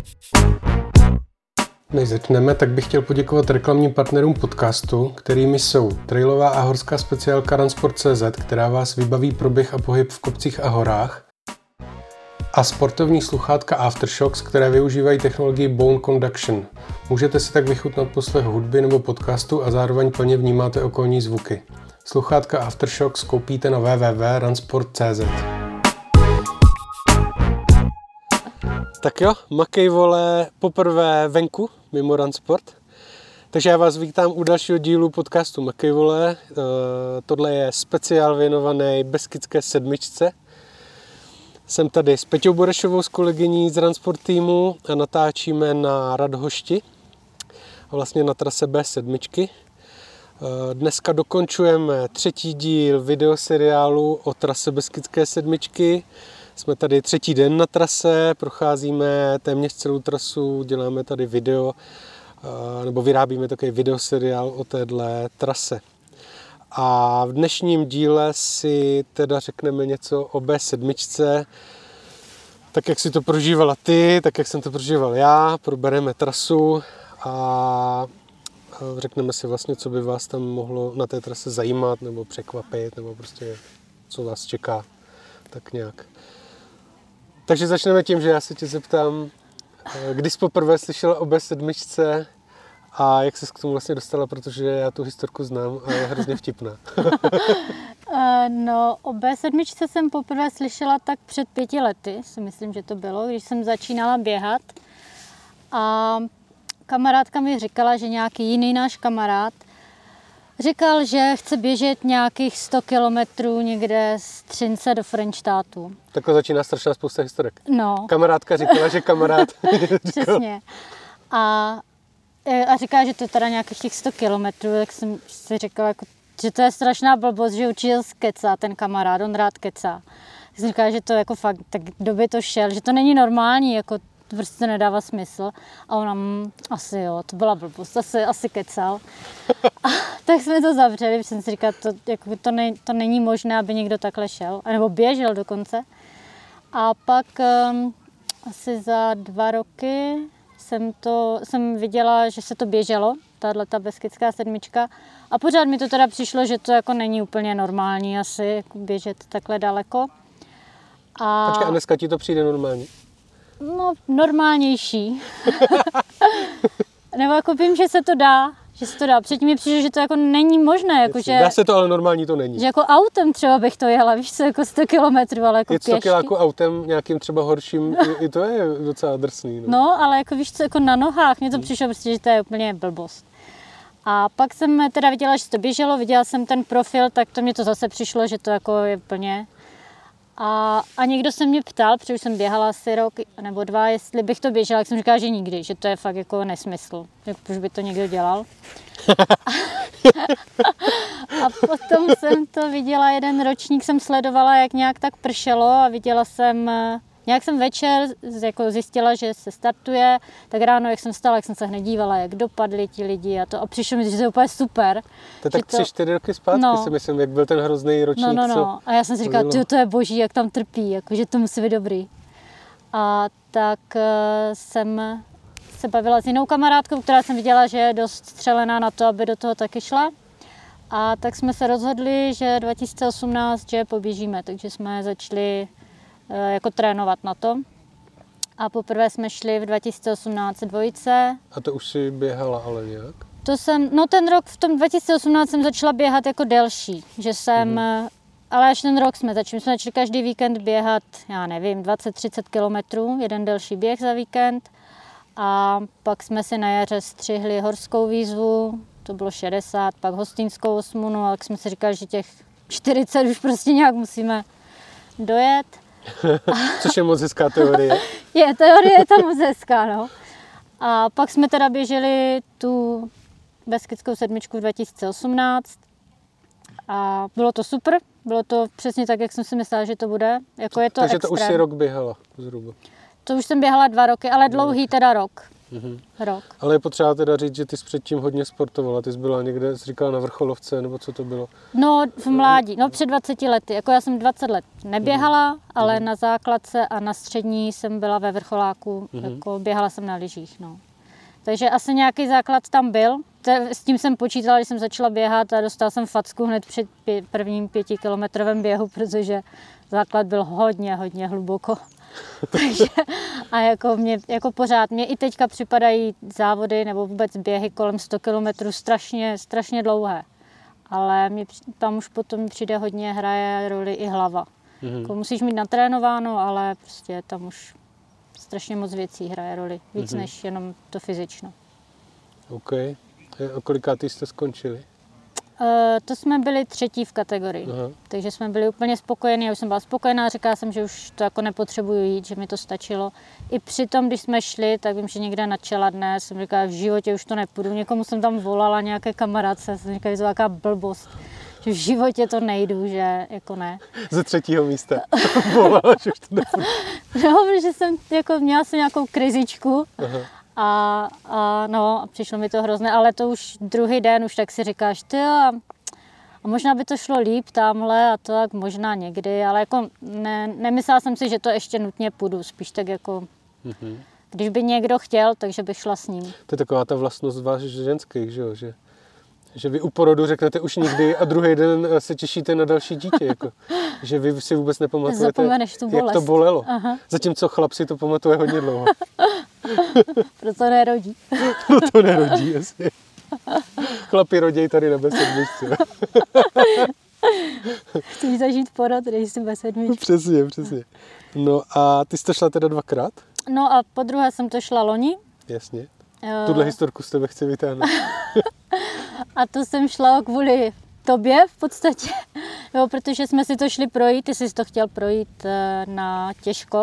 Než začneme, tak bych chtěl poděkovat reklamním partnerům podcastu, kterými jsou trailová a horská speciálka Runsport.cz, která vás vybaví pro běh a pohyb v kopcích a horách, a sportovní sluchátka Aftershocks, které využívají technologii Bone Conduction. Můžete si tak vychutnat poslech hudby nebo podcastu a zároveň plně vnímáte okolní zvuky. Sluchátka Aftershocks koupíte na www.runsport.cz. Tak jo, makej vole poprvé venku, mimo Runsport. Takže já vás vítám u dalšího dílu podcastu Makej vole. Tohle je speciál věnovaný Beskydské sedmičce. Jsem tady s Peťou Borešovou, s kolegyní z Runsport týmu, a natáčíme na Radhošti, vlastně na trase B7. Dneska dokončujeme 3. díl videoseriálu o trase Beskydské sedmičky. Jsme tady 3. den na trase, procházíme téměř celou trasu, děláme tady video, nebo vyrábíme takový videoseriál o téhle trase. A v dnešním díle si teda řekneme něco o B7, tak jak si to prožívala ty, tak jak jsem to prožíval já, probereme trasu a řekneme si vlastně, co by vás tam mohlo na té trase zajímat nebo překvapit, nebo prostě co vás čeká, tak nějak. Takže začneme tím, že já se tě zeptám, kdy jsi poprvé slyšela o B7 a jak ses k tomu vlastně dostala, protože já tu historku znám a je hrozně vtipná. No, o B7 jsem poprvé slyšela tak před 5 lety, si myslím, že to bylo, když jsem začínala běhat. A kamarádka mi říkala, že nějaký jiný náš kamarád říkal, že chce běžet nějakých 100 kilometrů někde z Třince do Frenštátu. Takhle začíná strašná spousta historek. No. Kamarádka říkala, že kamarád Přesně. A říká, že to je teda nějakých těch 100 kilometrů, tak jsem si říkala, jako, že to je strašná blbost, že určitě kecá ten kamarád, on rád kecá. Tak jsem říkala, že to jako fakt, tak kdo by to šel, že to není normální, jako to prostě nedává smysl. A ona, asi jo, to byla blbost, asi kecal. A tak jsme to zavřeli, protože jsem si říkala, to není možné, aby někdo takhle šel, nebo běžel dokonce. A pak asi za 2 roky jsem viděla, že se to běželo, tato Beskydská sedmička. A pořád mi to teda přišlo, že to jako není úplně normální asi jako běžet takhle daleko. Počkej, a dneska ti to přijde normální? No, normálnější. Nebo jako vím, že se to dá. Předtím mi přišlo, že to jako není možné. Jako, že, dá se to, ale normální to není. Že jako autem třeba bych to jela, víš co, jako 100 kilometrů, ale jako pěšky. 100 kiláků autem, nějakým třeba horším, i to je docela drsný. No, ale jako víš co, jako na nohách, mně to přišlo prostě, že to je úplně blbost. A pak jsem teda viděla, že to běželo, viděla jsem ten profil, tak to mě to zase přišlo, že to jako je plně. A někdo se mě ptal, protože už jsem běhala asi rok nebo 2, jestli bych to běžela, tak jsem říkala, že nikdy, že to je fakt jako nesmysl, že už by to někdo dělal. A potom jsem to viděla, jeden ročník jsem sledovala, jak nějak tak pršelo a viděla jsem, nějak jsem večer jako zjistila, že se startuje, tak ráno, jak jsem vstala, jak jsem se hned dívala, jak dopadli ti lidi a přišlo mi, že to je úplně super. To je tak 3-4 roky zpátky, si myslím, jak byl ten hrozný ročník. No. A já jsem si říkala, to je boží, jak tam trpí, jako, že to musí být dobrý. A tak jsem se bavila s jinou kamarádkou, která jsem viděla, že je dost střelená na to, aby do toho taky šla. A tak jsme se rozhodli, že 2018, že poběžíme, takže jsme začali jako trénovat na to. A poprvé jsme šli v 2018 dvojice. A to už si běhala ale nějak? Ten rok, v tom 2018 jsem začala běhat jako delší, že jsem, ale až ten rok jsme začali každý víkend běhat, já nevím, 20-30 kilometrů, jeden delší běh za víkend. A pak jsme si na jaře střihli horskou výzvu, to bylo 60, pak hostýnskou 8, no a tak jsme si říkali, že těch 40 už prostě nějak musíme dojet. Což je moc hezká teorie. Teorie je tam moc hezká, no. A pak jsme teda běželi tu Beskydskou sedmičku v 2018 a bylo to super, bylo to přesně tak, jak jsem si myslela, že to bude. Jako je to takže extrém. To už si rok běhala zhruba. To už jsem běhala 2 roky, ale dlouhý teda rok. rok. Ale je potřeba teda říct, že ty jsi předtím hodně sportovala. Ty jsi byla někde, jsi říkala na vrcholovce, nebo co to bylo? No v mládí, no před 20 lety. Jako já jsem 20 let neběhala, ale na základce a na střední jsem byla ve vrcholáku, jako běhala jsem na lyžích, no. Takže asi nějaký základ tam byl. S tím jsem počítala, když jsem začala běhat a dostala jsem facku hned před prvním 5kilometrovém běhu, protože základ byl hodně hluboko. Takže, a jako pořád, mě i teďka připadají závody nebo vůbec běhy kolem 100 kilometrů strašně dlouhé. Ale tam už potom přijde hodně, hraje roli i hlava. Jako musíš mít natrénováno, ale prostě tam už strašně moc věcí hraje roli. Víc než jenom to fyzično. OK. A kolikátý jste skončili? To jsme byli 3. v kategorii, takže jsme byli úplně spokojení, já už jsem byla spokojená, říkala jsem, že už to jako nepotřebuju jít, že mi to stačilo. I přitom, když jsme šli, tak vím, že někde na Čeladné jsem říkala, v životě už to nepůjdu, někomu jsem tam volala, nějaké kamarádce, jsem říkala, že to je taková blbost, že v životě to nejdu, že jako ne. Ze 3. místa volala, že už to nepůjdu. No, protože měla jsem nějakou krizičku. A přišlo mi to hrozné, ale to už druhý den už tak si říkáš, a možná by to šlo líp tamhle a to tak možná někdy, ale jako nemyslela jsem si, že to ještě nutně půjdu, spíš tak jako, když by někdo chtěl, takže bych šla s ním. To je taková ta vlastnost vás ženských, že jo, že vy u porodu řeknete už nikdy a druhý den se těšíte na další dítě, jako, že vy si vůbec nepamatujete, jak to bolelo. Aha. Zatímco chlap si to pamatuje hodně dlouho. Proto nerodí. Proto nerodí, jasně. Chlapi rodějí tady na B7. Chceš zažít porod, když jsi B7. Přesně. No a ty jsi to šla teda 2krát? No a po druhé jsem to šla loni. Jasně. Tuhle historku z tebe chci vytáhnout. A to jsem šla kvůli tobě v podstatě, jo, protože jsme si to šli projít, ty jsi to chtěl projít na těžko.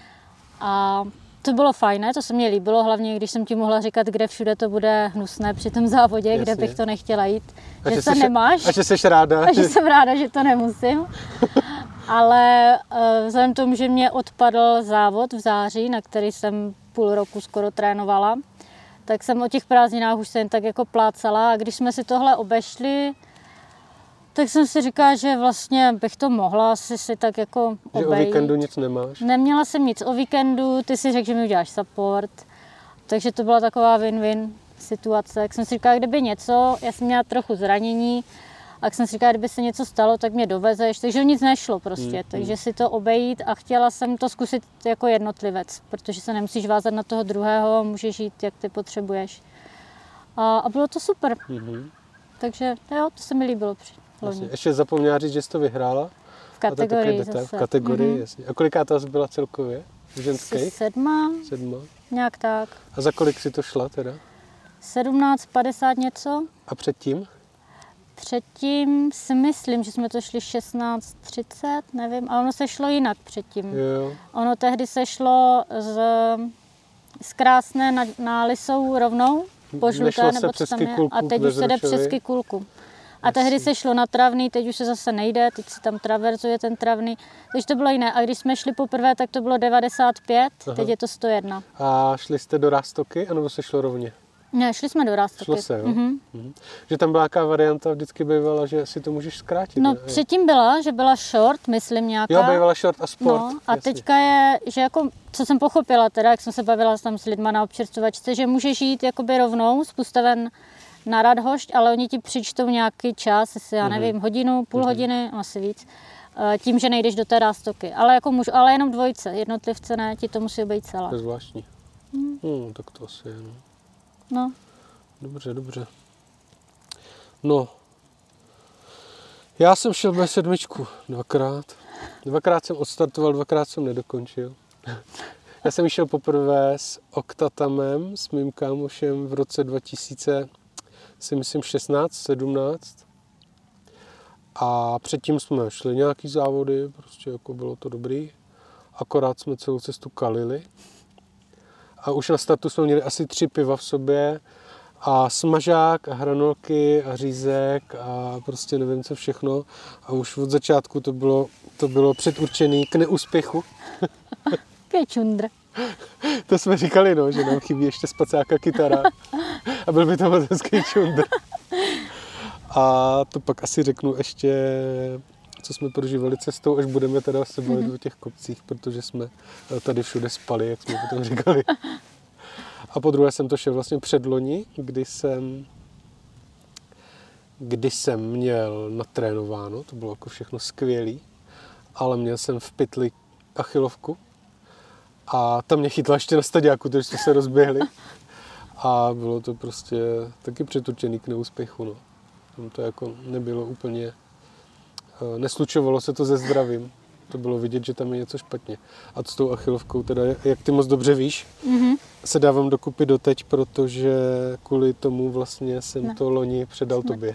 A to bylo fajné, to se mně líbilo, hlavně když jsem ti mohla říkat, kde všude to bude hnusné při tom závodě, jasně, kde bych to nechtěla jít, a že se nemáš. A že jsi ráda. A že jsem ráda, že to nemusím. Ale vzhledem k tomu, že mě odpadl závod v září, na který jsem půl roku skoro trénovala, tak jsem o těch prázdninách už se jen tak jako plácala a když jsme si tohle obešli, tak jsem si říkala, že vlastně bych to mohla si tak jako obejít. Že o víkendu nic nemáš? Neměla jsem nic o víkendu, ty si řekl, že mi uděláš support, takže to byla taková win-win situace. Jak jsem si říkala, kdyby něco, já jsem měla trochu zranění, a jak jsem si říkala, kdyby se něco stalo, tak mě dovezeš, takže nic nešlo prostě, takže si to obejít a chtěla jsem to zkusit jako jednotlivec, protože se nemusíš vázat na toho druhého, můžeš jít, jak ty potřebuješ. A bylo to super, takže jo, to se mi líbilo loni. Ještě zapomněla říct, že jsi to vyhrála? V kategorii zase. V kategorii, jasně. A koliká to byla celkově? V ženských? 7. Nějak tak. A za kolik si to šla teda? 17,50 něco. A předtím? Předtím si myslím, že jsme to šli 16,30, nevím, a ono se šlo jinak předtím. Jo. Ono tehdy se šlo z Krásné na Lisou rovnou, po žluté, nebo co tam je, a teď už se jde přes Kikulku. A tehdy se šlo na Travný, teď už se zase nejde, teď se tam traverzuje ten Travný, takže to bylo jiné. A když jsme šli poprvé, tak to bylo 95, teď je to 101. A šli jste do Rástoky, anebo se šlo rovně? Ne, šli jsme do Rástoky. Šlo se, jo? Že tam byla nějaká varianta, vždycky bývala, že si to můžeš zkrátit. No předtím byla, že byla short, myslím nějaká. Jo, bývala short a sport. No a jasně. Teďka je, že jako, co jsem pochopila teda, jak jsem se bavila tam s lidma na občerstvovačce, že můžeš jít jakoby rovnou z Pustaven na Radhošť, ale oni ti přičtou nějaký čas, jestli já nevím, hodinu, půl hodiny, asi víc, tím, že nejdeš do té Rástoky. Ale jako ale jenom dvojce, jednotlivce ne, ti to musí být celá. To je zvláštní. Tak to asi je, no. No. Dobře. No. Já jsem šel B7 dvakrát. Dvakrát jsem odstartoval, dvakrát jsem nedokončil. Já jsem šel poprvé s Oktatamem, s mým kámošem v roce 2000, si myslím 16, 17. A předtím jsme šli nějaký závody, prostě jako bylo to dobrý. Akorát jsme celou cestu kalili. A už na startu jsme měli asi 3 piva v sobě a smažák a hranolky a řízek a prostě nevím co všechno. A už od začátku to bylo předurčené k neúspěchu. Kečundr. To jsme říkali, no, že nám chybí ještě spacáka kytara a byl by to moc hezký čundr. A to pak asi řeknu ještě, co jsme prožívali cestou, až budeme teda se bavit o těch kopcích, protože jsme tady všude spali, jak jsme potom říkali. A po druhé jsem to šel vlastně předloni, kdy jsem měl natrénováno, to bylo jako všechno skvělý, ale měl jsem v pytli achilovku a tam mě chytla ještě na stadiáku, takže jsme se rozběhli a bylo to prostě taky přeturčený k neúspěchu. No. Tam to jako nebylo úplně, neslučovalo se to se zdravím. To bylo vidět, že tam je něco špatně. A s tou achilovkou, teda, jak ty moc dobře víš, se dávám dokupy doteď, protože kvůli tomu vlastně jsem to loni předal tobě.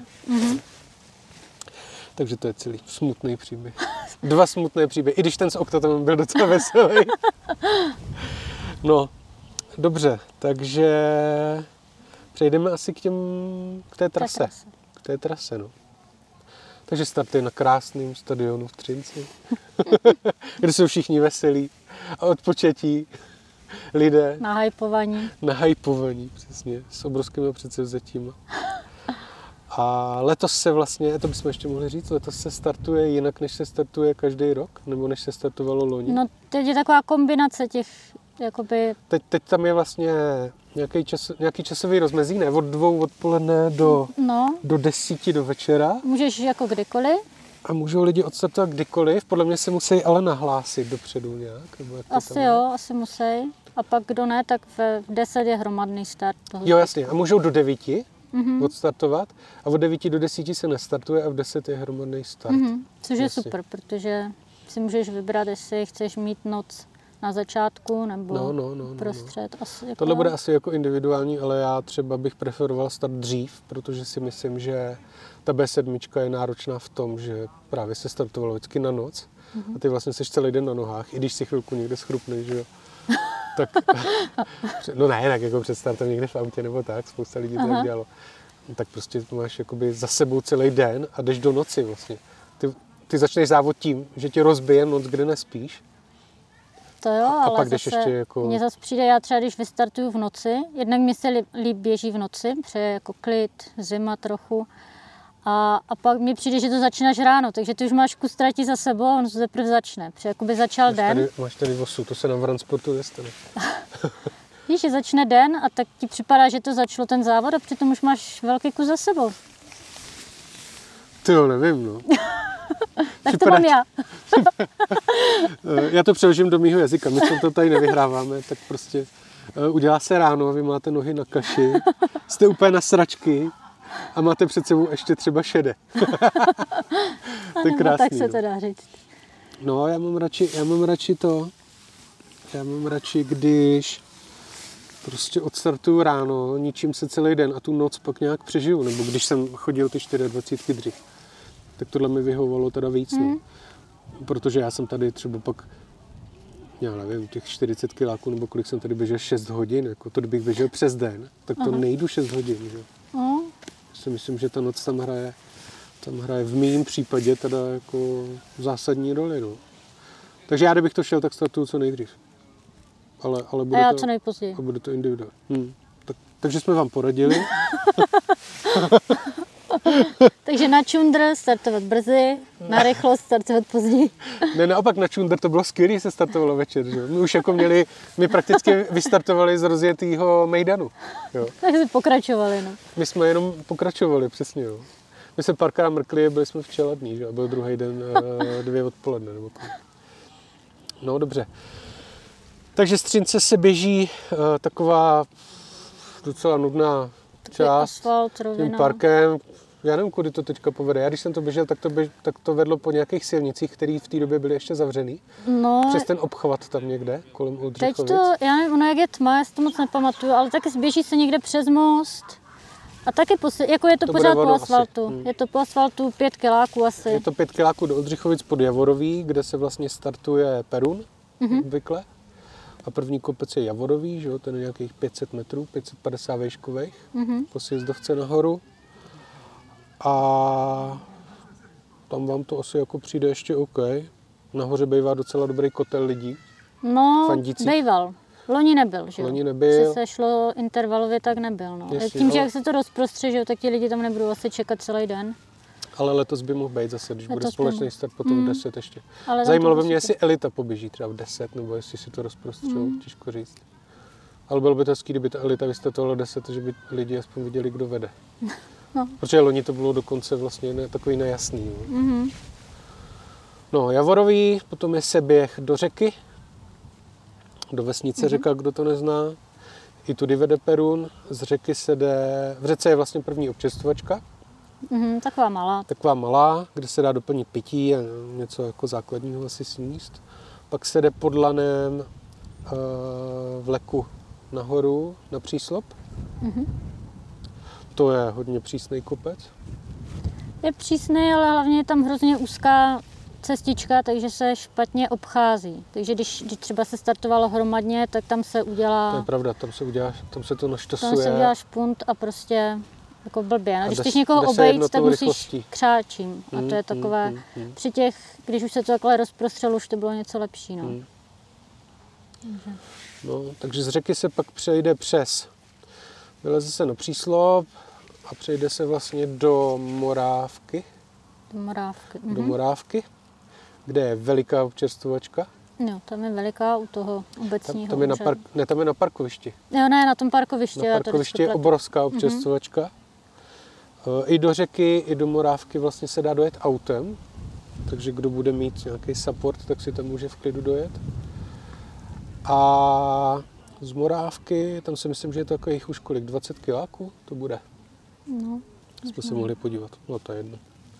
Takže to je celý smutný příběh. 2 smutné příběhy, i když ten s oktatem byl docela veselý. No, dobře, takže přejdeme asi k té trase. K té trase, no. Takže startuje na krásném stadionu v Třinci, kde jsou všichni veselí a odpočatí lidé. Nahypovaní, přesně, s obrovskými předsevzetíma. A letos se vlastně, to bychom ještě mohli říct, letos se startuje jinak, než se startuje každý rok, nebo než se startovalo loni. No teď je taková kombinace těch, jakoby... Teď tam je vlastně nějaký časový rozmezí, ne? Od 2 odpoledne do 10 do večera. Můžeš jako kdykoliv. A můžou lidi odstartovat kdykoliv, podle mě se musí ale nahlásit dopředu nějak. Nebo jak asi jo, asi musí. A pak kdo ne, tak v 10 je hromadný start. Jo, jasně. A můžou do 9 odstartovat a od 9 do 10 se nestartuje a v 10 je hromadný start. Což je super, protože si můžeš vybrat, jestli chceš mít noc na začátku nebo prostřed. Asi jako... Tohle bude asi jako individuální, ale já třeba bych preferoval start dřív, protože si myslím, že ta B7 je náročná v tom, že právě se startovalo vždycky na noc a ty vlastně jsi celý den na nohách, i když si chvilku někde schrupneš, že jo. Tak, no ne, tak jako před startem někde v autě nebo tak, spousta lidí to tak dělalo. Tak prostě máš jakoby za sebou celý den a jdeš do noci vlastně. Ty začneš závod tím, že tě rozbije noc, kde nespíš. To jo, a ale pak zase ještě jako... mně zase přijde, já třeba když vystartuju v noci, jednak mi se líp běží v noci, protože je jako klid, zima trochu. A pak mi přijde, že to začne až ráno, takže ty už máš kus trati za sebou a on se teprve začne. Protože jakoby začal den. Máš tady vosu, to se na transportu nestane. Víš, že začne den a tak ti připadá, že to začalo ten závod a přitom už máš velký kus za sebou. Ty jo, nevím, no. Tak to mám já. Já to přeložím do mýho jazyka, my co to tady nevyhráváme, tak prostě udělá se ráno, vy máte nohy na kaši, jste úplně na sračky a máte před sebou ještě třeba šede. To je krásný. No, tak se to dá říct. No, já mám radši, když prostě odstartuju ráno, ničím se celý den a tu noc pak nějak přežiju, nebo když jsem chodil ty 24 dřív. Tak tohle mi vyhovovalo teda víc, no. Protože já jsem tady třeba pak, já nevím, těch 40 kiláků, nebo kolik jsem tady běžel 6 hodin, jako to kdybych běžel přes den, tak to nejdu 6 hodin, že? Si myslím, že ta noc tam hraje v mým případě teda jako zásadní roli, no. Takže já, kdybych to šel, tak startuju co nejdřív. Ale bude co nejpozději. A bude to individuálně. Takže jsme vám poradili. Takže na čundr startovat brzy, na rychlost startovat později. Ne, naopak na čundr to bylo skvělé, se startovalo večer. Že? My už jako my prakticky vystartovali z rozjetýho mejdanu. Jo. Takže pokračovali, no. My jsme jenom pokračovali, přesně, jo. My jsme párkrát mrkli, byli jsme v Čeladný, že? A byl druhý den 2 odpoledne. Nebo no, dobře. Takže z Třince se běží taková docela nudná část asfalt, tím parkem. Já nevím, kudy to teďka povede. Já když jsem to běžel, tak to vedlo po nějakých silnicích, které v té době byly ještě zavřený. No, přes ten obchvat tam někde, kolem Oldřichovic. Teď to, já nevím, ono jak je tma, já si to moc nepamatuju, ale taky běží se někde přes most. A taky jako je to pořád po asfaltu. Je to po asfaltu 5 kiláků asi. Je to 5 kiláků do Oldřichovic pod Javorový, kde se vlastně startuje Perun, obvykle. A první kopec je Javorový, že jo, ten je nějakých 500 metrů, 550 výškových, po sjezdovce nahoru. A tam vám to asi jako přijde ještě OK. Nahoře bývá docela dobrý kotel lidí. No, fandící. bejval. Loni nebyl, že jo? Loni nebyl. Se šlo intervalově, tak nebyl, no. Jasně, Tím, že ale- jak se to rozprostře, tak ti lidi tam nebudou asi čekat celý den. Ale letos by mohl být zase, když bude Letos by společný mohl. start, potom v 10 ještě. Ale tam Zajímalo to by mě, prostě- jestli elita poběží třeba v 10, nebo jestli si to rozprostřou, těžko říct. Ale bylo by to hezký, kdyby ta elita vystartovala 10, že by lidi aspoň viděli, kdo vede. No. Protože loni to bylo dokonce vlastně takový nejasný. No. Mhm. No, Javorový, potom je seběh do řeky, do vesnice řeka, kdo to nezná. I tudy vede Perun, z řeky se jde, v řece je vlastně první občerstvovačka, Taková malá. taková malá, kde se dá doplnit pití a něco jako základního asi sníst. Pak se jde pod lanem v Leku nahoru na příslop. To je hodně přísný kopec. Je přísný, ale hlavně je tam hrozně úzká cestička, takže se špatně obchází. Takže když třeba se startovalo hromadně, tak tam se To je udělá, pravda, tam se tam naštosuje. se udělá špunt a prostě jako blbě. No, když jde chceš se- někoho jde se obejít, jednotou tak musíš rychlostí. křáčím. A to je takové, při těch, když už se to takhle rozprostřelo, už to bylo něco lepší. No. No, takže z řeky se pak přejde vyleze se na příslop a přejde se vlastně do Morávky, Do Morávky. kde je veliká občerstvovačka. Jo, tam je veliká u toho obecního Tam je na úřadu. tam je na parkovišti. Jo, ne, na tom parkovišti. Na já to parkovišti je vždycky pletu. obrovská občerstvovačka. I do řeky, i do Morávky vlastně se dá dojet autem, takže kdo bude mít nějaký support, tak si tam může v klidu dojet. A z Morávky, tam si myslím, že je to takových už kolik, 20 kiláků to bude. No, Jsme se mohli podívat, no to je jedno.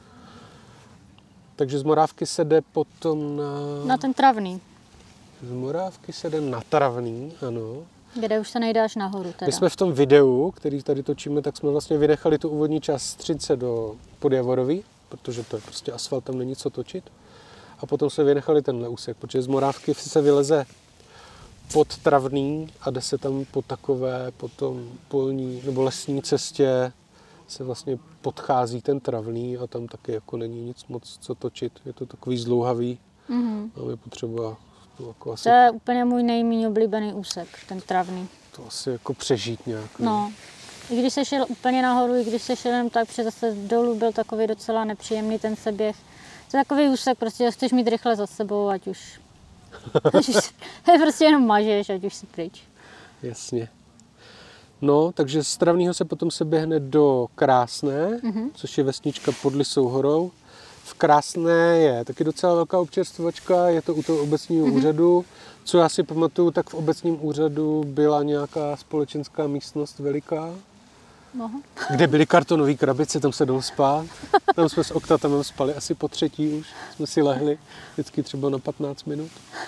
Takže z Morávky se jde potom na ten travný, Z Morávky se jde na Travný, ano. kde už se nejdáš nahoru teda. My jsme v tom videu, který tady točíme, tak jsme vlastně vynechali tu úvodní část Střince do Podjavorový, protože to je prostě asfalt, tam není co točit. A potom jsme vynechali tenhle úsek, protože z Morávky se vyleze pod Travný a jde se tam po takové potom polní nebo lesní cestě se vlastně podchází ten Travný a tam taky jako není nic moc co točit. Je to takový zdlouhavý. Tam je potřeba to jako asi, To je úplně můj nejméně oblíbený úsek, ten travný. to asi jako přežít nějak. No, i když se šel úplně nahoru, i když se šel jenom tak, protože zase dolů byl takový docela nepříjemný ten seběh. To je takový úsek, prostě chceš mít rychle za sebou, ať už prostě jenom mažeš, ať už si pryč. Jasně. No, takže z Travného se potom se běhne do Krásné, což je vesnička pod Lisou horou. V Krásné je taky docela velká občerstvovačka, je to u toho obecního úřadu. Co já si pamatuju, tak v obecním úřadu byla nějaká společenská místnost veliká, kde byly kartonové krabice, tam se dalo spát. Tam jsme s Oktatamem spali asi po třetí už, jsme si lehli vždycky třeba na 15 minut.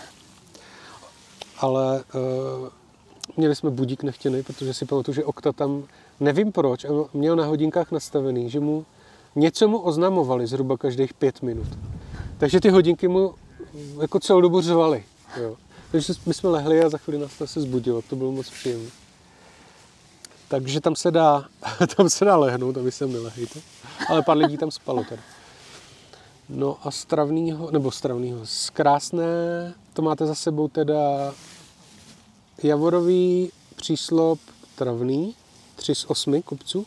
Ale měli jsme budík nechtěný, protože si pamatuju, že Oktatam, nevím proč, měl na hodinkách nastavený, že něco mu oznamovali zhruba každých 5 minut. Takže ty hodinky mu jako celou dobu řvaly. Jo. Takže my jsme lehli a za chvíli nás to se zbudilo, to bylo moc příjemné. Takže tam se dá lehnout, aby se nelehejte. Ale pár lidí tam spalo tady. No a z Krásné, to máte za sebou teda Javorový, Příslop, Travný, 3 z 8 kopců.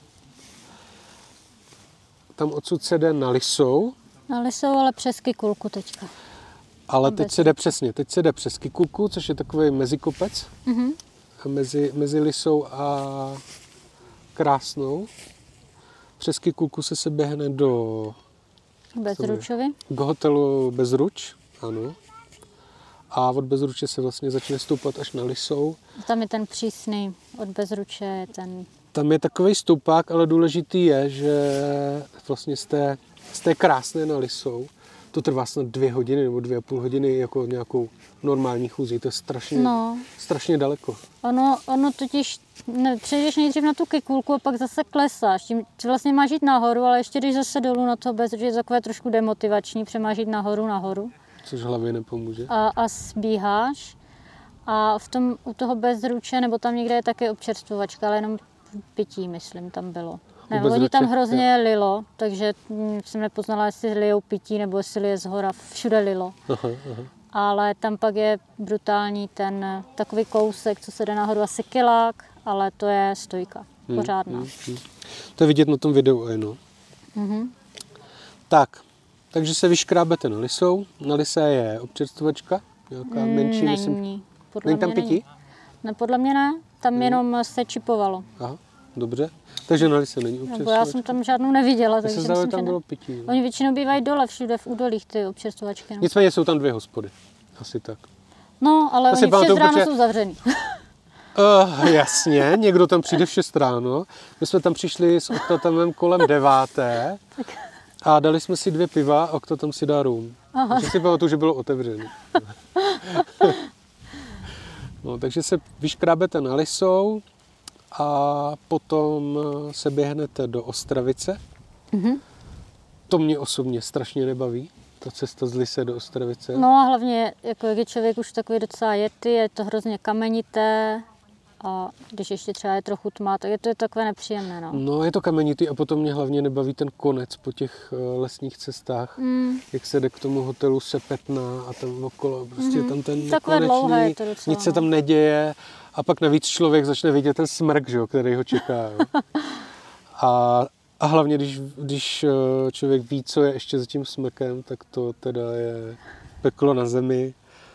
Tam odsud se jde na Lisou. Na Lisou, ale přes Kikulku teďka. Ale teď se jde přes Kikulku, což je takový mezikopec. Mezi Lisou a Krásnou. Přes Kikulku se běhne do Bezručovi. k hotelu Bezruč, ano. A od Bezruče se vlastně začne stoupat až na Lisou. Tam je ten přísný od Bezruče, je ten... Tam je takový stoupák, ale důležitý je, že vlastně z té Krásné na Lisou to trvá snad 2 hodiny nebo 2,5 hodiny jako nějakou normální chůzí. To je strašně daleko. Ono totiž, přejdeš nejdřív na tu Kikulku a pak zase klesáš. Tím vlastně máš jít nahoru, ale ještě když zase dolů na to Bezruč je takové trošku demotivační, protože máš jít nahoru. Což hlavě nepomůže. A sbíháš. A u toho Bezruče, nebo tam někde je také občerstvovačka, ale jenom pití, myslím, tam bylo. Ne, oni tam hrozně lilo, takže jsem nepoznala, jestli lijou pití, nebo jestli je zhora, všude lilo. Aha. ale tam pak je brutální ten takový kousek, co se jde nahoru, asi kilák, ale to je stojka, pořádná. To je vidět na tom videu, no. Tak, takže se vyškrábete na lisou. Na lise je občerstvovačka, nějaká menší. Není. Není tam pití? Ne, podle mě ne, tam jenom se čipovalo. Aha, dobře. Takže na lise není občerstvovačka. Já jsem tam žádnou neviděla, takže myslím, že tam ne. bylo pití. No. Oni většinou bývají dole, všude v údolích ty občerstvovačky. No. Nicméně jsou tam 2 hospody. Asi tak. No, ale oni v 6 ráno jsou zavřený. Jasně, někdo tam přijde v 6 ráno. My jsme tam přišli s Oktatamem kolem 9. A dali jsme si 2 piva a Oktatam si dá rum. Takže si pamatuju, že bylo otevřené. No, takže se vyškrábete na lisou a potom se běhnete do Ostravice. To mě osobně strašně nebaví, ta cesta z Lise do Ostravice. No a hlavně, jako jak je člověk už takový docela jetý, je to hrozně kamenité a když ještě třeba je trochu tma, tak je to takové nepříjemné. No, je to kamenitý a potom mě hlavně nebaví ten konec po těch lesních cestách, jak se jde k tomu hotelu Sepetná a tam okolo, prostě tam ten konečný, nic se tam neděje a pak navíc člověk začne vidět ten smrk, že jo, který ho čeká. Jo. A hlavně, když člověk ví, co je ještě za tím smrkem, tak to teda je peklo na zemi.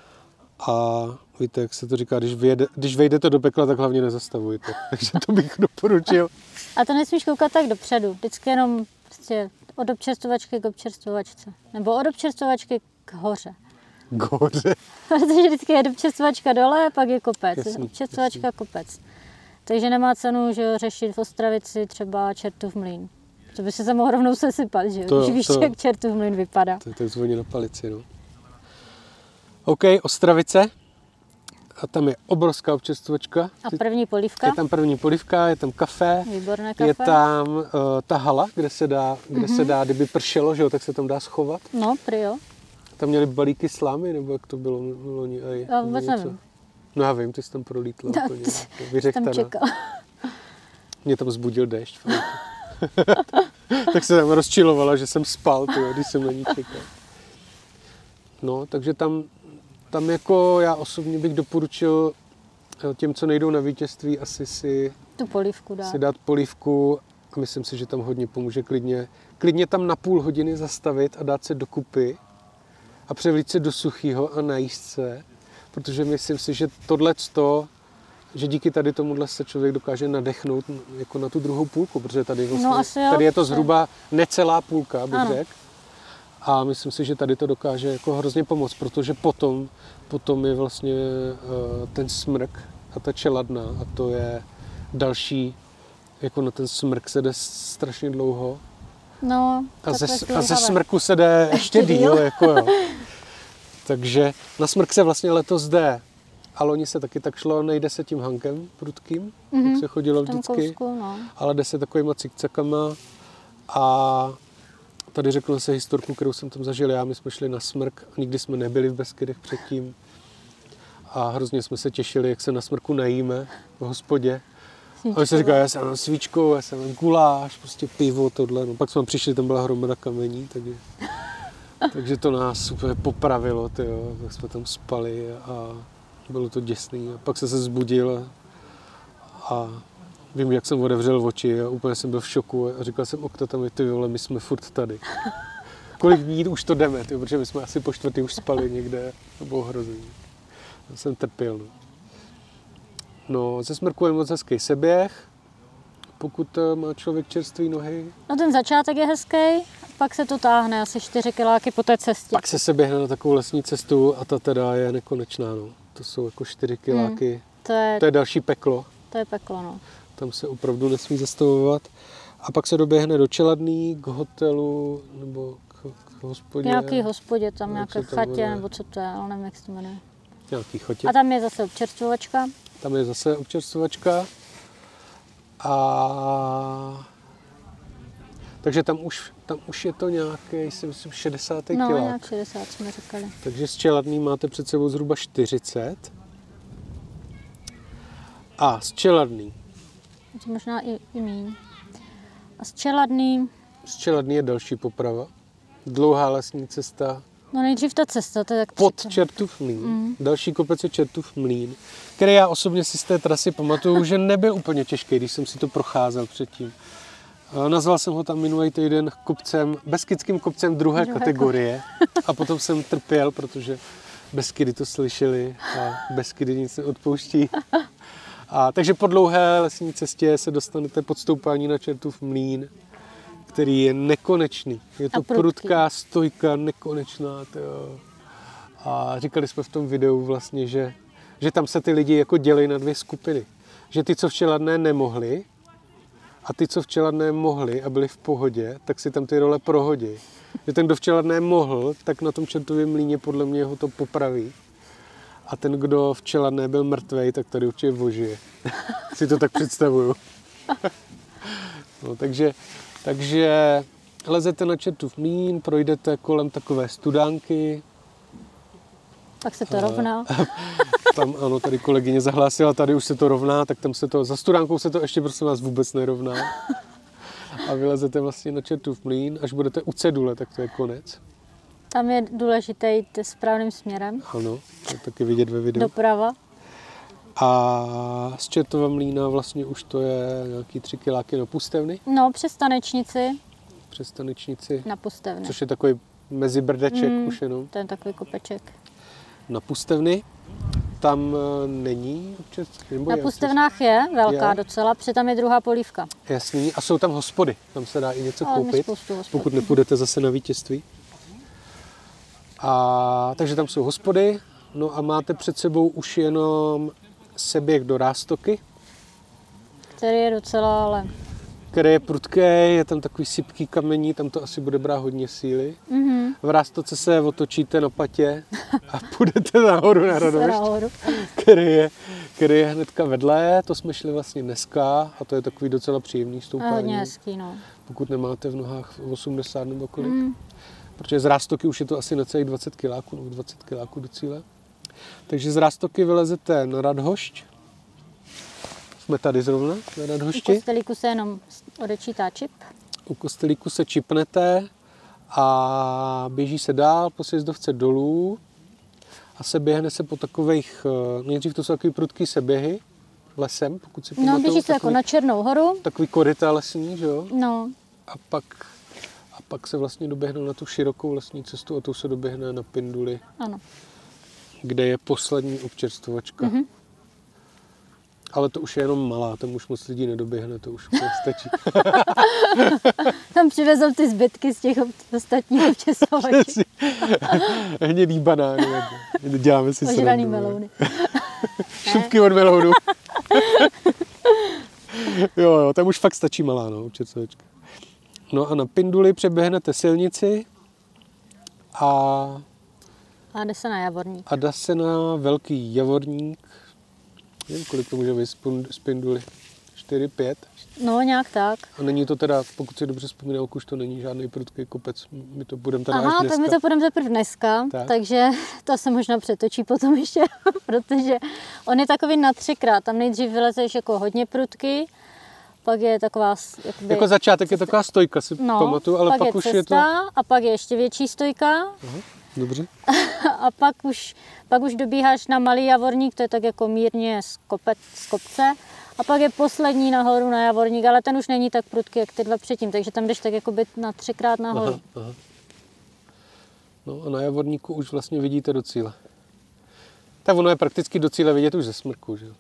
A víte, jak se to říká, když vejdete do pekla, tak hlavně nezastavujte. Takže to bych doporučil. A to nesmíš koukat tak dopředu. Vždycky jenom prostě od občerstvovačky k občerstvovačce. Nebo od občerstvovačky k hoře. K hoře? Protože vždycky je občerstvovačka dole, pak je kopec. Občerstvovačka kopec. Takže nemá cenu, že řešit v Ostravici třeba Čertův mlýn. To by se mohl rovnou sesypat, že jo? Když víš, jak Čertův mlýn vypadá. To je takzvaně na palici, no. OK, Ostravice. A tam je obrovská občerstvovačka. A první polívka. Je tam první polívka, je tam kafe. Výborné kafe. Je tam ta hala, kde se dá, kdyby pršelo, že jo, tak se tam dá schovat. No, prý jo. Tam měli balíky slámy, nebo jak to bylo loni? Já vůbec nevím. No já vím, ty jsi tam prolítla úplně. Tam čekal. Mě tam zbudil déšť. Tak se tam rozčilovala, že jsem spal, když jsem na ní čekal. No, takže tam jako já osobně bych doporučil těm, co nejdou na vítězství, asi si tu polívku dát. Si dát polívku a myslím si, že tam hodně pomůže klidně tam na půl hodiny zastavit a dát se dokupy a převlít se do suchýho a najíst se, protože myslím si, že tohleto, že díky tady tomuhle se člověk dokáže nadechnout jako na tu druhou půlku, protože tady, vlastně, tady je to zhruba necelá půlka, bych řekl. A myslím si, že tady to dokáže jako hrozně pomoct, protože potom je vlastně ten smrk a ta čeladna a to je další, jako na ten smrk se jde strašně dlouho. No, a ze smrku se jde ještě díl, jako jo. Takže na smrk se vlastně letos jde. A loni se taky tak šlo, nejde se tím hankem prudkým, jak se chodilo vždycky, kousku, no. Ale jde se takovýma cikcakama a tady řeknu se historku, kterou jsem tam zažil. My jsme šli na smrk, nikdy jsme nebyli v Beskydech předtím a hrozně jsme se těšili, jak se na smrku najíme v hospodě. A my se říká, já jsem mám svíčku, já jsem mám guláš, prostě pivo, tohle. No, pak jsme přišli, tam byla hromada kamení, takže to nás úplně popravilo, tyjo. Tak jsme tam spali a bylo to děsný. A pak se zbudil a vím, jak jsem otevřel oči a úplně jsem byl v šoku a říkal jsem Oktatovi, ty vole, my jsme furt tady. Kolik dní už to jdeme, protože my jsme asi po 4. už spali někde, to bylo hrozný. Já jsem trpěl. No, ze smrku je moc hezký seběh, pokud má člověk čerstvý nohy. No ten začátek je hezký, pak se to táhne asi 4 kiláky po té cestě. Pak se běhne na takovou lesní cestu a ta teda je nekonečná. No. To jsou jako 4 kiláky. To je další peklo. To je peklo, no. Tam se opravdu nesmí zastavovat. A pak se doběhne do Čeladný, k hotelu nebo k hospodě. Nějaký hospodě, tam nějaké chatě, nebo co to je, ale nevím, jak se to jmenuje. Nějaký chatě. A tam je zase občerstvovačka. Tam je zase občerstvovačka. A takže tam už je to nějaký, si myslím, 60. kilák. No, nějak 60 jsme říkali. Takže z Čeladný máte před sebou zhruba 40. A z Čeladný. To možná i míň. A z Čeladný. Z Čeladný je další poprava. Dlouhá lesní cesta. No nejdřív ta cesta, to je tak pod Čertův mlýn. Další kopec je Čertův mlýn, který já osobně si z té trasy pamatuju, že nebyl úplně těžký, když jsem si to procházel předtím. Nazval jsem ho tam minulý týden kopcem, Beskydským kopcem druhé kategorie a potom jsem trpěl, protože Beskydy to slyšeli a Beskydy nic neodpouští. Takže po dlouhé lesní cestě se dostanete pod stoupání na Čertův mlýn, který je nekonečný. Je to prudká stojka, nekonečná. Tyjo. A říkali jsme v tom videu vlastně, že tam se ty lidi jako dělí na dvě skupiny. Že ty, co včeladné nemohli, a ty, co včeladné mohli a byli v pohodě, tak si tam ty role prohodí. Že ten, kdo včeladné mohl, tak na tom Čertově mlýně podle mě ho to popraví. A ten, kdo včeladné byl mrtvej, tak tady určitě vožije. Si to tak představuju. No, takže lezete na Čertův mlýn, projdete kolem takové studánky. Pak se to rovná. Tam ano, tady kolegyně zahlásila, tady už se to rovná, tak tam se to, za studánkou se to ještě prosím vás vůbec nerovná. A vylezete vlastně na Čertův mlýn, až budete u cedule, tak to je konec. Tam je důležité jít správným směrem. Ano, to je taky vidět ve videu. Doprava. A z Čertova mlýna vlastně už to je nějaký 3 kiláky na Pustevny. No, přes Tanečnici. Přes Tanečnici. Na Pustevny. Což je takový mezibrdeček už jenom. To je takový kopeček. Na Pustevny tam není občas, na Pustevnách je velká docela, protože tam je druhá polívka. Jasný, a jsou tam hospody, tam se dá i něco koupit, hospod. pokud nepůjdete zase na vítězství. Takže tam jsou hospody, no a máte před sebou už jenom seběh do Ráztoky. Který je docela, ale... Který je prudký, je tam takový sypký kamení, tam to asi bude brát hodně síly. Mm-hmm. V Ráztoce se otočíte na patě a půjdete nahoru na Radovišť, který je hnedka vedle. To jsme šli vlastně dneska a to je takový docela příjemný stoupání. Hodně hezký, no. Pokud nemáte v nohách 80 nebo kolik. Protože z Ráztoky už je to asi na celých 20 kiláků, nebo 20 kiláků do cíle. Takže z Ráztoky vylezete na Radhošť. Jsme tady zrovna na Radhošti. U Kostelíku se jenom odečítá čip. U Kostelíku se čipnete a běží se dál po sjezdovce dolů a se běhne se po takových, nejdřív to jsou takový prudký seběhy lesem, pokud si pamatuju. No, běží se jako na Černou horu. Takový koryta lesní, že jo? No. A pak se vlastně doběhne na tu širokou lesní cestu a tu se doběhne na Pinduli. Ano. Kde je poslední občerstvovačka. Mm-hmm. Ale to už je jenom malá, tam už moc lidí nedoběhne, to už stačí. Tam přivezou ty zbytky z těch ostatních občerstvovaček. Hnědý banány, děláme si srandu. Ožraný melouny. Šupky od melounu. jo, tam už fakt stačí malá, no, občerstvovačka. No a na Pinduli přeběhnete silnici a jde se na Javorník. A jde se na Velký Javorník. Nevím, kolik to může být z Pinduly. 4, 5? No, nějak tak. A není to teda, pokud si dobře vzpomínám, už to není žádný prudký kopec. My to budeme teda až dneska. Tak my to budeme teprve dneska, takže to se možná přetočí potom ještě, protože on je takový na 3krát. Tam nejdřív vylezeš jako hodně prudký, pak je taková... Jakoby, jako začátek je taková stojka, si pamatuju, ale pak už je to... a pak je ještě větší stojka. Aha, dobře. A pak už dobíháš na Malý Javorník, to je tak jako mírně z kopce. A pak je poslední nahoru na Javorník, ale ten už není tak prudký, jak ty dva předtím, takže tam jdeš tak jako by na 3krát nahoru. Aha. No a na Javorníku už vlastně vidíte do cíle. Tak ono je prakticky do cíle vidět už ze smrku, že jo?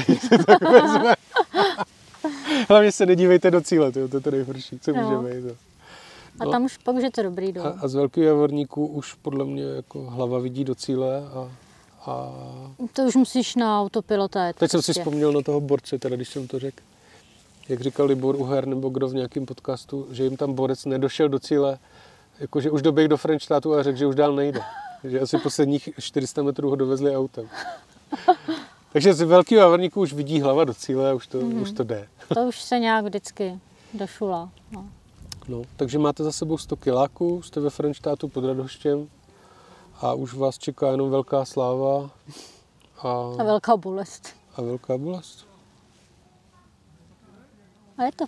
Hlavně se nedívejte do cíle, to je to nejhorší, co může být. A tam už pak už je to dobrý dolů. A z Velkého Javorníku už podle mě jako hlava vidí do cíle a... To už musíš na autopilota jet. Teď jsem si vzpomněl na toho borce, teda když jsem to řekl. Jak říkal Libor Uher nebo kdo v nějakém podcastu, že jim tam borec nedošel do cíle, jakože už doběh do Frenštáttu a řekl, že už dál nejde. Že asi posledních 400 metrů ho dovezli autem. Takže z Velkého Javorníku už vidí hlava do cíle a už to jde. To už se nějak vždycky došula. No, takže máte za sebou 100 kiláků, jste ve Frenštátu pod Radhoštěm a už vás čeká jenom velká sláva a velká bolest. A velká bolest. A je to.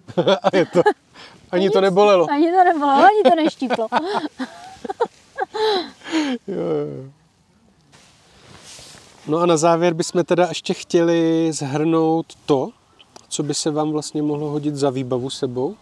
Ani to nebolelo. Ani to nebolelo, ani to neštíplo. Jo. No a na závěr bychom teda ještě chtěli shrnout to, co by se vám vlastně mohlo hodit za výbavu sebou.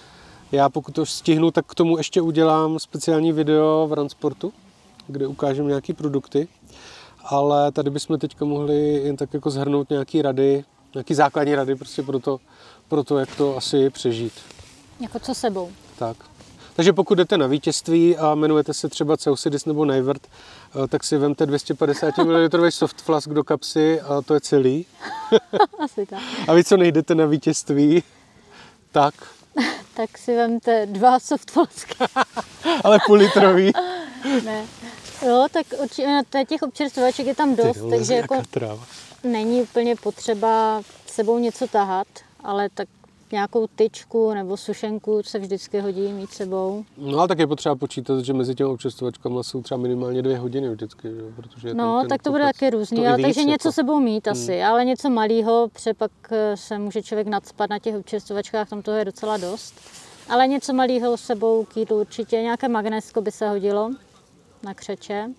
Já pokud to stihnu, tak k tomu ještě udělám speciální video v Runsportu, kde ukážeme nějaké produkty. Ale tady bychom teďka mohli jen tak jako shrnout nějaké rady, nějaké základní rady prostě pro to, jak to asi přežít. Jako co sebou? Tak. Takže pokud jdete na vítězství a jmenujete se třeba Ceusidis nebo Najvrt, tak si vemte 250 ml soft flask do kapsy a to je celý. Asi tak. A vy, co nejdete na vítězství, tak Tak si vemte 2 soft flasky. ale půllitrový. Ne. Jo, tak určitě těch občerstvovaček je tam dost, takže jako není úplně potřeba s sebou něco tahat, ale tak nějakou tyčku nebo sušenku se vždycky hodí mít sebou. No ale tak je potřeba počítat, že mezi těmi občerstvovačkama jsou třeba minimálně 2 hodiny vždycky, že? Protože no, tak to bude taky různý, ale takže něco sebou mít asi, ale něco malého, protože pak se může člověk nacpat na těch občerstvovačkách, tam toho je docela dost. Ale něco malého sebou k jídlu určitě, nějaké magnésko by se hodilo na křeče.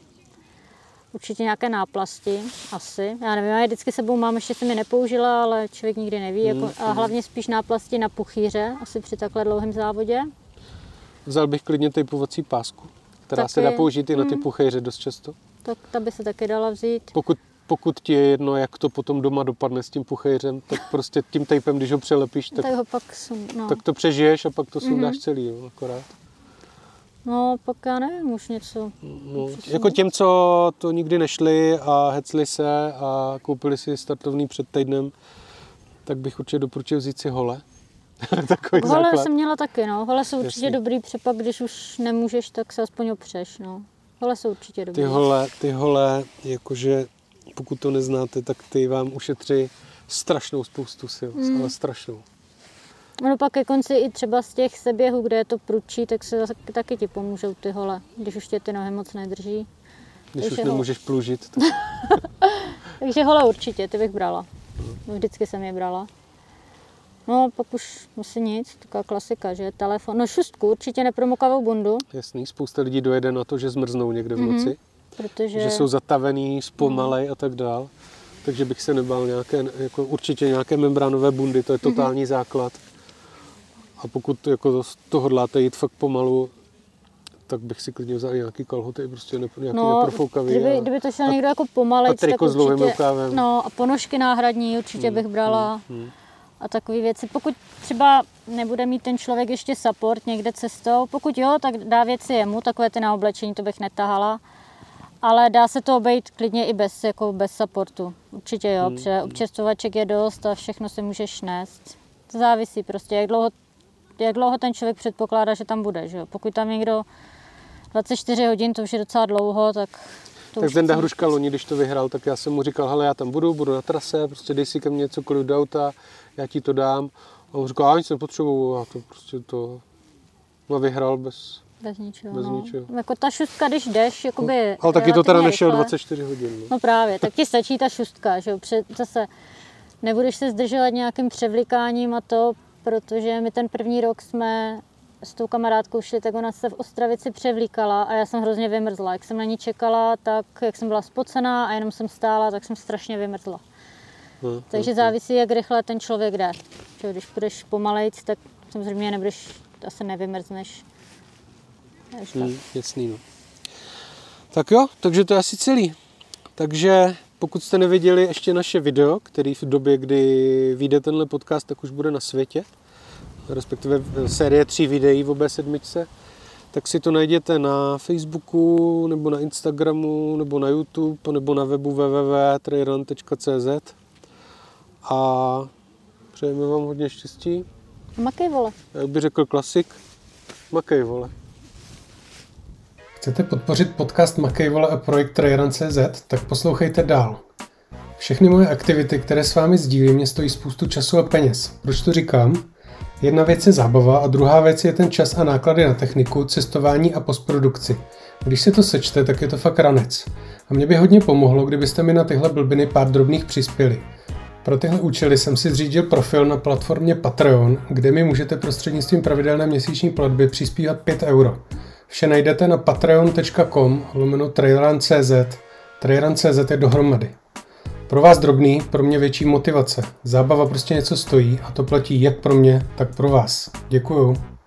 Určitě nějaké náplasti, asi. Já nevím, já je vždycky sebou mám, ještě jsem je nepoužila, ale člověk nikdy neví. Jako, a hlavně spíš náplasti na puchýře, asi při takhle dlouhém závodě. Vzal bych klidně tejpovací pásku, která taky se dá použít i na ty puchýře dost často. Tak ta by se taky dala vzít. Pokud ti je jedno, jak to potom doma dopadne s tím puchýřem, tak prostě tím tejpem, když ho přelepíš, tak ho pak tak to přežiješ a pak to sundáš celý, jo, akorát. No, pak já nevím, už něco. No, jako těm, co to nikdy nešli a hecli se a koupili si startovný před týdnem, tak bych určitě doporučil vzít si hole. Takový hole základ. jsem měla taky, no. Hole jsou určitě dobrý, přepak, když už nemůžeš, tak se aspoň opřeš, no. Hole jsou určitě dobrý. Ty hole, jakože pokud to neznáte, tak ty vám ušetří strašnou spoustu sil, ale strašnou. No pak ke konci i třeba z těch seběhů, kde je to prudčí, tak se taky ti pomůžou ty hole, když už tě ty nohy moc nedrží. Když takže už nemůžeš plužit. Tak... Takže hole určitě, ty bych brala. Vždycky jsem je brala. No pak už asi nic, taková klasika, že telefon. No šustku, určitě nepromokavou bundu. Jasný, spousta lidí dojede na to, že zmrznou někde v noci. Protože... Že jsou zatavený, zpomalej a tak dál. Takže bych se nebál určitě nějaké membránové bundy, to je totální základ. A pokud jako to hodláte jít fakt pomalu, tak bych si klidně vzal nějaký kalhoty, prostě nějaký neprofoukavý. Kdyby to šel někdo jako pomalejc, tak s dlouhým rukávem. No a ponožky náhradní určitě bych brala. A takové věci. Pokud třeba nebude mít ten člověk ještě support někde cestou, pokud jo, tak dá věci jemu, takové ty na oblečení, to bych netahala. Ale dá se to obejít klidně i bez supportu. Určitě jo, protože občerstvovaček je dost a všechno si můžeš nést. To závisí prostě, jak dlouho ten člověk předpokládá, že tam bude. Že jo? Pokud tam někdo 24 hodin, to už je docela dlouho, tak to tak Zenda Hruška loni, když to vyhrál, tak já jsem mu říkal, hele, já tam budu na trase, prostě dej si ke mně cokoliv do auta, já ti to dám. A on říkal, já nic nepotřebuju, a to prostě to... No vyhrál bez ničeho. Jako ta šustka, když jdeš, jakoby... Ale taky to teda nešel 24 hodin. No právě, tak ti stačí ta šustka, že jo, zase nebudeš se zdržovat nějakým převlikáním a to, protože my ten první rok jsme s tou kamarádkou šli, tak ona se v Ostravici převlíkala a já jsem hrozně vymrzla. Jak jsem na ní čekala, tak jak jsem byla spocená a jenom jsem stála, tak jsem strašně vymrzla. Takže závisí, jak rychle ten člověk jde. Když půjdeš pomalejc, tak samozřejmě asi nevymrzneš. Jasný, no. Tak jo, takže to je asi celý. Takže pokud jste neviděli ještě naše video, který v době, kdy vyjde tenhle podcast, tak už bude na světě, respektive série 3 videí v OB7, tak si to najděte na Facebooku, nebo na Instagramu, nebo na YouTube, nebo na webu www.trailrun.cz a přejeme vám hodně štěstí. Makej, vole. Jak by řekl klasik, makej, vole. Chcete podpořit podcast Makej, vole a projekt Trailrun.cz, tak poslouchejte dál. Všechny moje aktivity, které s vámi sdílím, mě stojí spoustu času a peněz. Proč to říkám? Jedna věc je zábava a druhá věc je ten čas a náklady na techniku, cestování a postprodukci. Když se to sečte, tak je to fakt ranec. A mě by hodně pomohlo, kdybyste mi na tyhle blbiny pár drobných přispěli. Pro tyhle účely jsem si zřídil profil na platformě Patreon, kde mi můžete prostřednictvím pravidelné měsíční platby přispívat 5 €. Vše najdete na patreon.com/trailrun.cz. Trailrun.cz je dohromady. Pro vás drobný, pro mě větší motivace. Zábava prostě něco stojí a to platí jak pro mě, tak pro vás. Děkuju.